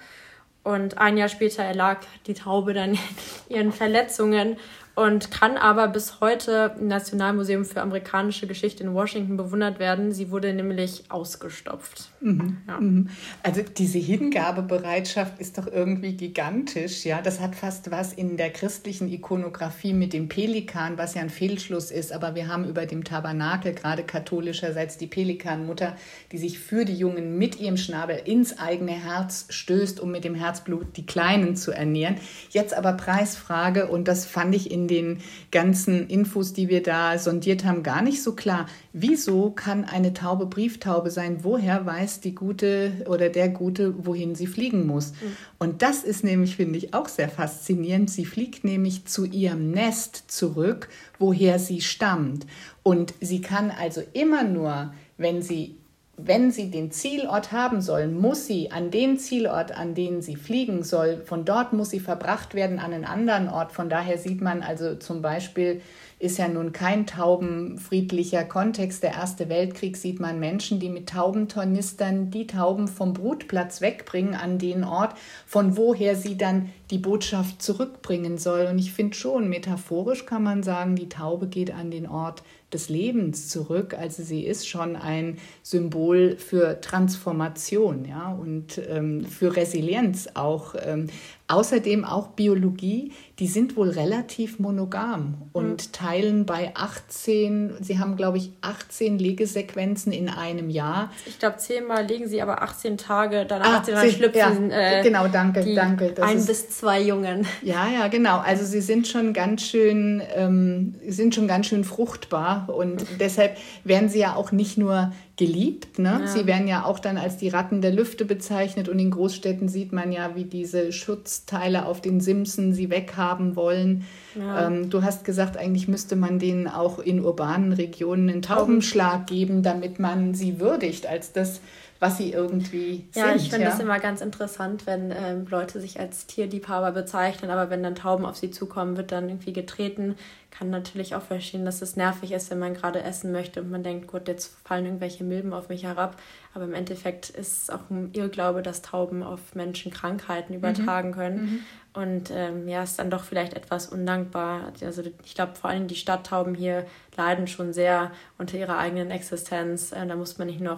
Und ein Jahr später erlag die Taube dann ihren Verletzungen und kann aber bis heute im Nationalmuseum für amerikanische Geschichte in Washington bewundert werden. Sie wurde nämlich ausgestopft. Mhm. Ja. Also diese Hingabebereitschaft ist doch irgendwie gigantisch. Ja? Das hat fast was in der christlichen Ikonografie mit dem Pelikan, was ja ein Fehlschluss ist. Aber wir haben über dem Tabernakel, gerade katholischerseits, die Pelikanmutter, die sich für die Jungen mit ihrem Schnabel ins eigene Herz stößt, um mit dem Herzblut die Kleinen zu ernähren. Jetzt aber Preisfrage, und das fand ich in den ganzen Infos, die wir da sondiert haben, gar nicht so klar. Wieso kann eine Taube Brieftaube sein? Woher weiß die Gute oder der Gute, wohin sie fliegen muss? Mhm. Und das ist nämlich, finde ich, auch sehr faszinierend. Sie fliegt nämlich zu ihrem Nest zurück, woher sie stammt. Und sie kann also immer nur, wenn sie Wenn sie den Zielort haben soll, muss sie an den Zielort, an den sie fliegen soll, von dort muss sie verbracht werden an einen anderen Ort. Von daher sieht man also zum Beispiel, ist ja nun kein taubenfriedlicher Kontext. Der Erste Weltkrieg sieht man Menschen, die mit Taubentornistern die Tauben vom Brutplatz wegbringen an den Ort, von woher sie dann die Botschaft zurückbringen soll. Und ich finde schon, metaphorisch kann man sagen, die Taube geht an den Ort des Lebens zurück. Also sie ist schon ein Symbol für Transformation, ja, und ähm, für Resilienz auch. Ähm, außerdem auch Biologie, die sind wohl relativ monogam und mhm. teilen bei achtzehn, sie haben, glaube ich, achtzehn Legesequenzen in einem Jahr. Ich glaube, zehnmal legen sie, aber achtzehn Tage, dann ah, achtzehn Mal schlüpfen ja, äh, genau, danke, die danke. Das ein ist, bis zwei Jungen. Ja, ja, genau. Also sie sind schon ganz schön, ähm, sind schon ganz schön fruchtbar und deshalb werden sie ja auch nicht nur geliebt, ne? Ja. Sie werden ja auch dann als die Ratten der Lüfte bezeichnet und in Großstädten sieht man ja, wie diese Schutzteile auf den Simsen sie weghaben wollen. Ja. Ähm, du hast gesagt, eigentlich müsste man denen auch in urbanen Regionen einen Taubenschlag geben, damit man sie würdigt als das, was sie irgendwie ja, sind. Ich finde ja? das immer ganz interessant, wenn ähm, Leute sich als Tierliebhaber bezeichnen, aber wenn dann Tauben auf sie zukommen, wird dann irgendwie getreten. Kann natürlich auch verstehen, dass es nervig ist, wenn man gerade essen möchte und man denkt, gut, jetzt fallen irgendwelche Milben auf mich herab. Aber im Endeffekt ist es auch ein Irrglaube, dass Tauben auf Menschen Krankheiten übertragen mhm. können. Mhm. Und ähm, ja, ist dann doch vielleicht etwas undankbar. Also ich glaube, vor allem die Stadttauben hier leiden schon sehr unter ihrer eigenen Existenz. Äh, da muss man nicht noch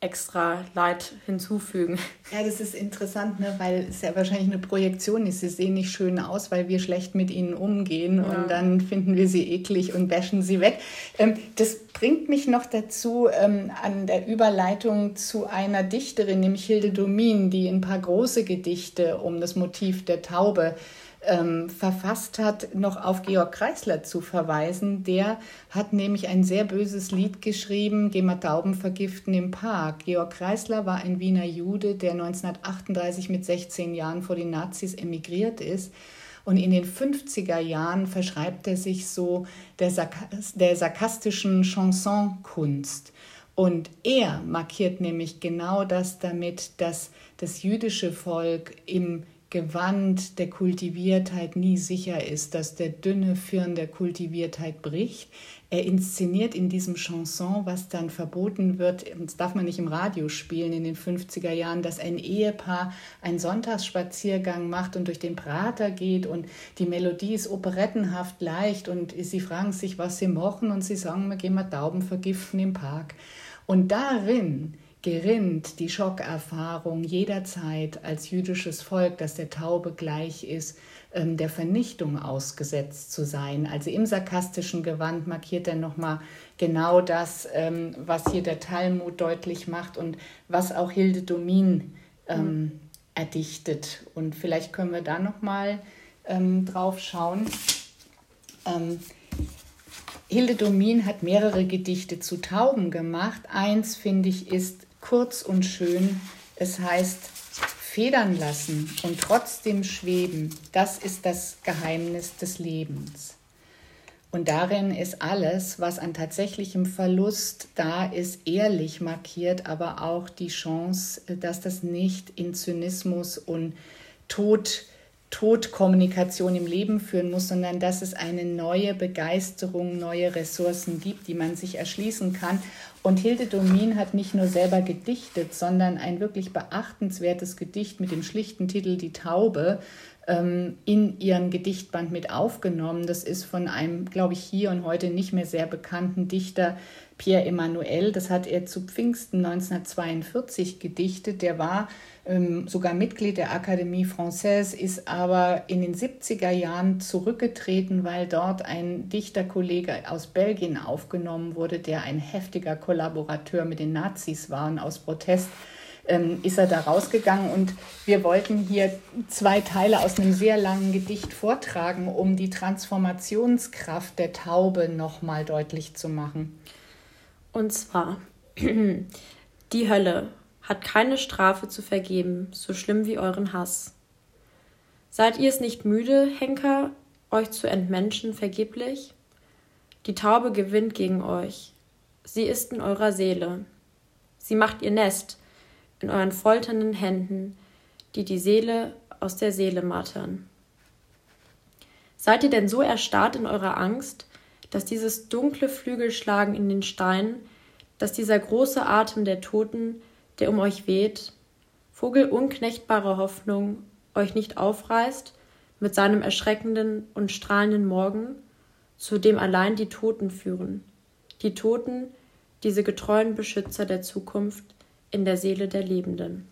extra Leid hinzufügen. Ja, das ist interessant, ne? Weil es ja wahrscheinlich eine Projektion ist. Sie sehen nicht schön aus, weil wir schlecht mit ihnen umgehen ja. Und dann finden wir sie eklig und bashen sie weg. Ähm, das bringt mich noch dazu ähm, an der Überleitung zu einer Dichterin, nämlich Hilde Domin, die ein paar große Gedichte um das Motiv der Taube Ähm, verfasst hat, noch auf Georg Kreisler zu verweisen. Der hat nämlich ein sehr böses Lied geschrieben, Geh mal Tauben vergiften im Park. Georg Kreisler war ein Wiener Jude, der neunzehnhundertachtunddreißig mit sechzehn Jahren vor den Nazis emigriert ist. Und in den fünfziger Jahren verschreibt er sich so der, Sark- der sarkastischen Chansonkunst. Und er markiert nämlich genau das damit, dass das jüdische Volk im Gewand der Kultiviertheit nie sicher ist, dass der dünne Firn der Kultiviertheit bricht. Er inszeniert in diesem Chanson, was dann verboten wird, das darf man nicht im Radio spielen in den fünfziger Jahren, dass ein Ehepaar einen Sonntagsspaziergang macht und durch den Prater geht und die Melodie ist operettenhaft leicht und sie fragen sich, was sie machen und sie sagen, wir gehen mal Tauben vergiften im Park. Und darin gerinnt die Schockerfahrung jederzeit als jüdisches Volk, das der Taube gleich ist, der Vernichtung ausgesetzt zu sein. Also im sarkastischen Gewand markiert er nochmal genau das, was hier der Talmud deutlich macht und was auch Hilde Domin ähm, erdichtet. Und vielleicht können wir da nochmal ähm, drauf schauen. Ähm, Hilde Domin hat mehrere Gedichte zu Tauben gemacht. Eins, finde ich, ist kurz und schön. Es heißt, Federn lassen und trotzdem schweben, das ist das Geheimnis des Lebens. Und darin ist alles, was an tatsächlichem Verlust da ist, ehrlich markiert, aber auch die Chance, dass das nicht in Zynismus und Tod Todkommunikation im Leben führen muss, sondern dass es eine neue Begeisterung, neue Ressourcen gibt, die man sich erschließen kann. Und Hilde Domin hat nicht nur selber gedichtet, sondern ein wirklich beachtenswertes Gedicht mit dem schlichten Titel Die Taube ähm, in ihren Gedichtband mit aufgenommen. Das ist von einem, glaube ich, hier und heute nicht mehr sehr bekannten Dichter, Pierre Emmanuel. Das hat er zu Pfingsten neunzehnhundertzweiundvierzig gedichtet. Der war ähm, sogar Mitglied der Académie Française, ist aber in den siebziger Jahren zurückgetreten, weil dort ein Dichterkollege aus Belgien aufgenommen wurde, der ein heftiger Kollaborateur mit den Nazis war. Und aus Protest ähm, ist er da rausgegangen. Und wir wollten hier zwei Teile aus einem sehr langen Gedicht vortragen, um die Transformationskraft der Taube nochmal deutlich zu machen. Und zwar, die Hölle hat keine Strafe zu vergeben, so schlimm wie euren Hass. Seid ihr es nicht müde, Henker, euch zu entmenschen vergeblich? Die Taube gewinnt gegen euch. Sie ist in eurer Seele. Sie macht ihr Nest in euren folternden Händen, die die Seele aus der Seele martern. Seid ihr denn so erstarrt in eurer Angst, dass dieses dunkle Flügelschlagen in den Stein, dass dieser große Atem der Toten, der um euch weht, Vogel unknechtbarer Hoffnung, euch nicht aufreißt mit seinem erschreckenden und strahlenden Morgen, zu dem allein die Toten führen, die Toten, diese getreuen Beschützer der Zukunft in der Seele der Lebenden.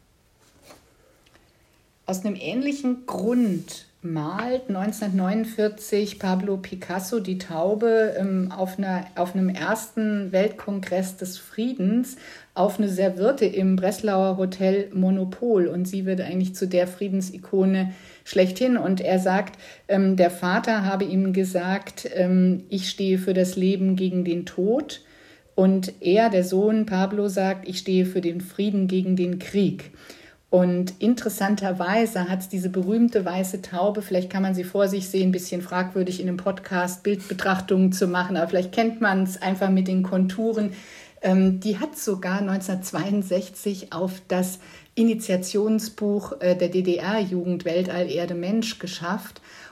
Aus einem ähnlichen Grund malt neunzehnhundertneunundvierzig Pablo Picasso die Taube ähm, auf, einer, auf einem ersten Weltkongress des Friedens auf eine Serviette im Breslauer Hotel Monopol. Und sie wird eigentlich zu der Friedensikone schlechthin. Und er sagt, ähm, der Vater habe ihm gesagt, ähm, ich stehe für das Leben gegen den Tod. Und er, der Sohn Pablo, sagt, ich stehe für den Frieden gegen den Krieg. Und interessanterweise hat es diese berühmte weiße Taube, vielleicht kann man sie vor sich sehen, ein bisschen fragwürdig in einem Podcast Bildbetrachtungen zu machen, aber vielleicht kennt man es einfach mit den Konturen. Ähm, die hat sogar neunzehnhundertzweiundsechzig auf das Initiationsbuch äh, der D D R-Jugend Weltall, Erde, Mensch geschafft.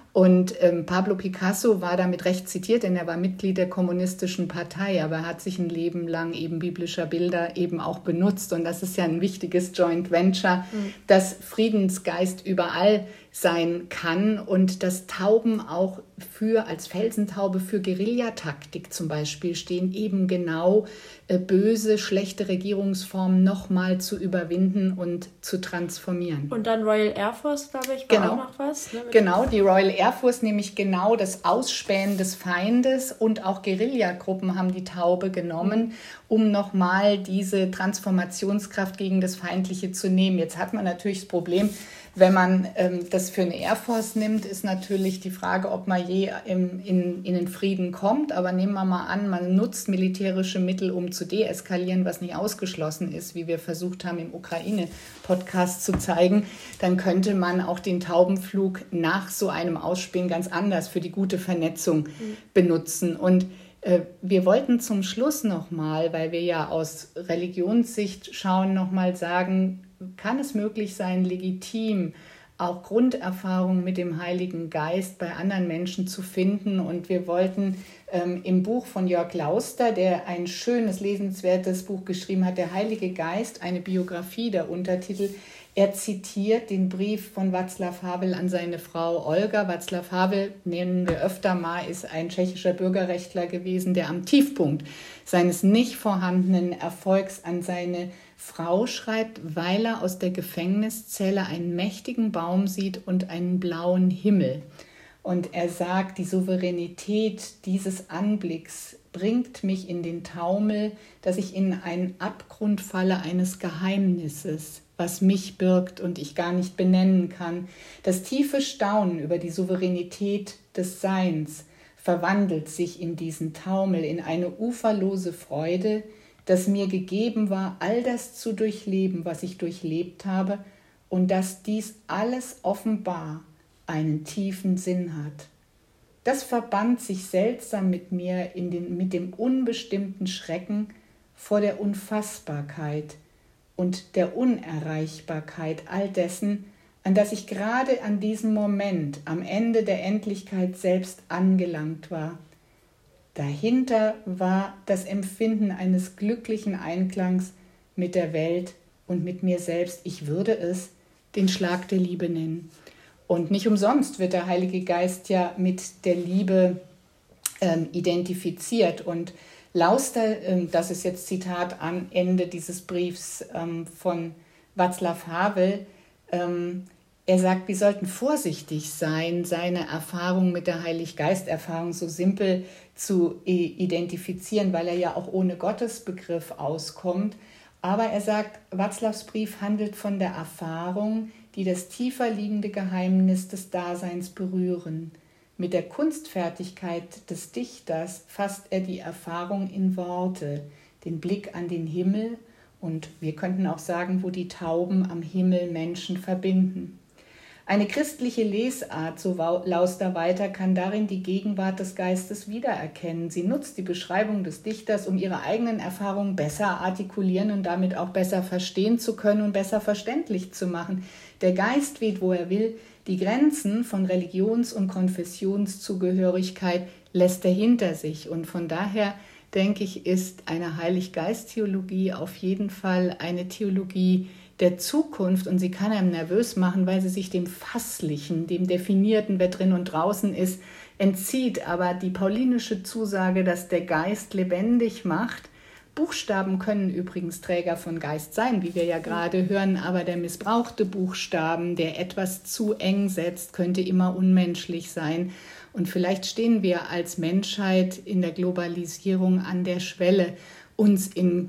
Und ähm, Pablo Picasso war damit recht zitiert, denn er war Mitglied der Kommunistischen Partei, aber er hat sich ein Leben lang eben biblischer Bilder eben auch benutzt. Und das ist ja ein wichtiges Joint Venture, mhm. dass Friedensgeist überall sein kann und dass Tauben auch für, als Felsentaube für Guerillataktik zum Beispiel stehen, eben genau äh, böse, schlechte Regierungsformen nochmal zu überwinden und zu transformieren. Und dann Royal Air Force, glaube ich, war genau. auch noch was. Ne, genau, die Royal Air Force, nämlich genau das Ausspähen des Feindes, und auch Guerillagruppen haben die Taube genommen, mhm. um nochmal diese Transformationskraft gegen das Feindliche zu nehmen. Jetzt hat man natürlich das Problem, wenn man ähm, das für eine Air Force nimmt, ist natürlich die Frage, ob man je im, in, in den Frieden kommt. Aber nehmen wir mal an, man nutzt militärische Mittel, um zu deeskalieren, was nicht ausgeschlossen ist, wie wir versucht haben, im Ukraine-Podcast zu zeigen. Dann könnte man auch den Taubenflug nach so einem Ausspähen ganz anders für die gute Vernetzung mhm. benutzen. Und äh, wir wollten zum Schluss nochmal, weil wir ja aus Religionssicht schauen, nochmal sagen, kann es möglich sein, legitim auch Grunderfahrungen mit dem Heiligen Geist bei anderen Menschen zu finden? Und wir wollten ähm, im Buch von Jörg Lauster, der ein schönes, lesenswertes Buch geschrieben hat, Der Heilige Geist, eine Biografie, der Untertitel, er zitiert den Brief von Václav Havel an seine Frau Olga. Václav Havel, nennen wir öfter mal, ist ein tschechischer Bürgerrechtler gewesen, der am Tiefpunkt seines nicht vorhandenen Erfolgs an seine Frau schreibt, weil er aus der Gefängniszelle einen mächtigen Baum sieht und einen blauen Himmel. Und er sagt, die Souveränität dieses Anblicks bringt mich in den Taumel, dass ich in einen Abgrund falle eines Geheimnisses, was mich birgt und ich gar nicht benennen kann. Das tiefe Staunen über die Souveränität des Seins verwandelt sich in diesen Taumel, in eine uferlose Freude, dass mir gegeben war, all das zu durchleben, was ich durchlebt habe, und dass dies alles offenbar einen tiefen Sinn hat. Das verband sich seltsam mit mir in den, mit dem unbestimmten Schrecken vor der Unfassbarkeit und der Unerreichbarkeit all dessen, an das ich gerade an diesem Moment am Ende der Endlichkeit selbst angelangt war. Dahinter war das Empfinden eines glücklichen Einklangs mit der Welt und mit mir selbst. Ich würde es den Schlag der Liebe nennen. Und nicht umsonst wird der Heilige Geist ja mit der Liebe ähm, identifiziert. Und Lauster, ähm, das ist jetzt Zitat am Ende dieses Briefs ähm, von Václav Havel, ähm, er sagt, wir sollten vorsichtig sein, seine Erfahrung mit der Heilig-Geist-Erfahrung so simpel zu identifizieren, weil er ja auch ohne Gottesbegriff auskommt. Aber er sagt, Václavs Brief handelt von der Erfahrung, die das tiefer liegende Geheimnis des Daseins berühren. Mit der Kunstfertigkeit des Dichters fasst er die Erfahrung in Worte, den Blick an den Himmel, und wir könnten auch sagen, wo die Tauben am Himmel Menschen verbinden. Eine christliche Lesart, so Lauster weiter, kann darin die Gegenwart des Geistes wiedererkennen. Sie nutzt die Beschreibung des Dichters, um ihre eigenen Erfahrungen besser artikulieren und damit auch besser verstehen zu können und besser verständlich zu machen. Der Geist weht, wo er will. Die Grenzen von Religions- und Konfessionszugehörigkeit lässt er hinter sich. Und von daher, denke ich, ist eine Heilig-Geist-Theologie auf jeden Fall eine Theologie der Zukunft, und sie kann einem nervös machen, weil sie sich dem Fasslichen, dem Definierten, wer drin und draußen ist, entzieht. Aber die paulinische Zusage, dass der Geist lebendig macht, Buchstaben können übrigens Träger von Geist sein, wie wir ja gerade hören, aber der missbrauchte Buchstaben, der etwas zu eng setzt, könnte immer unmenschlich sein. Und vielleicht stehen wir als Menschheit in der Globalisierung an der Schwelle, uns in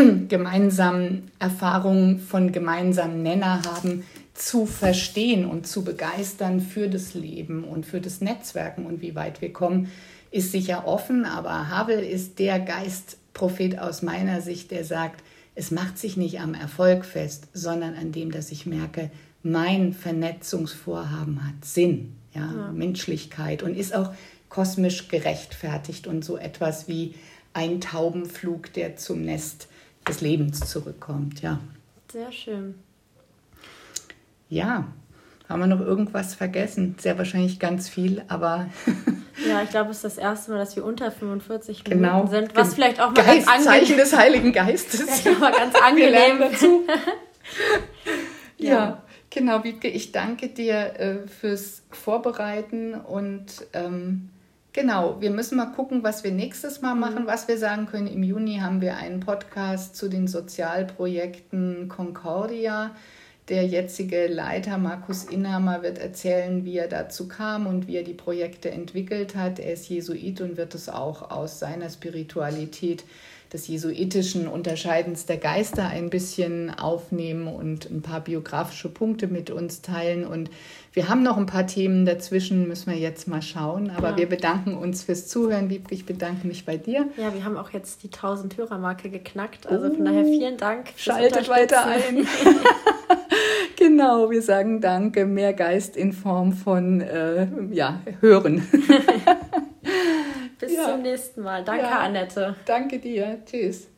gemeinsamen Erfahrungen von gemeinsamen Nenner haben, zu verstehen und zu begeistern für das Leben und für das Netzwerken. Und wie weit wir kommen, ist sicher offen. Aber Havel ist der Geistprophet aus meiner Sicht, der sagt, es macht sich nicht am Erfolg fest, sondern an dem, dass ich merke, mein Vernetzungsvorhaben hat Sinn, ja, ja. Menschlichkeit, und ist auch kosmisch gerechtfertigt und so etwas wie ein Taubenflug, der zum Nest des Lebens zurückkommt. Ja. Sehr schön. Ja, Haben wir noch irgendwas vergessen? Sehr wahrscheinlich ganz viel, aber... Ja, ich glaube, es ist das erste Mal, dass wir unter fünfundvierzig genau. Minuten sind, was vielleicht auch mal Geist, ganz angenehm Zeichen des Heiligen Geistes. Ja, mal ganz angenehm dazu. ja. ja, genau, Wiebke, ich danke dir äh, fürs Vorbereiten und ähm, genau, wir müssen mal gucken, was wir nächstes Mal machen, mhm. was wir sagen können. Im Juni haben wir einen Podcast zu den Sozialprojekten Concordia. Der jetzige Leiter, Markus Inhammer, wird erzählen, wie er dazu kam und wie er die Projekte entwickelt hat. Er ist Jesuit und wird es auch aus seiner Spiritualität des jesuitischen Unterscheidens der Geister ein bisschen aufnehmen und ein paar biografische Punkte mit uns teilen. Und wir haben noch ein paar Themen dazwischen, müssen wir jetzt mal schauen. Aber ja. wir bedanken uns fürs Zuhören. Wiebke, ich bedanke mich bei dir. Ja, wir haben auch jetzt die tausend-Hörer-Marke geknackt. Also von daher vielen Dank fürs Schaltet weiter ein. Genau, wir sagen Danke, mehr Geist in Form von äh, ja, Hören. Bis ja. zum nächsten Mal. Danke, ja. Annette. Danke dir. Tschüss.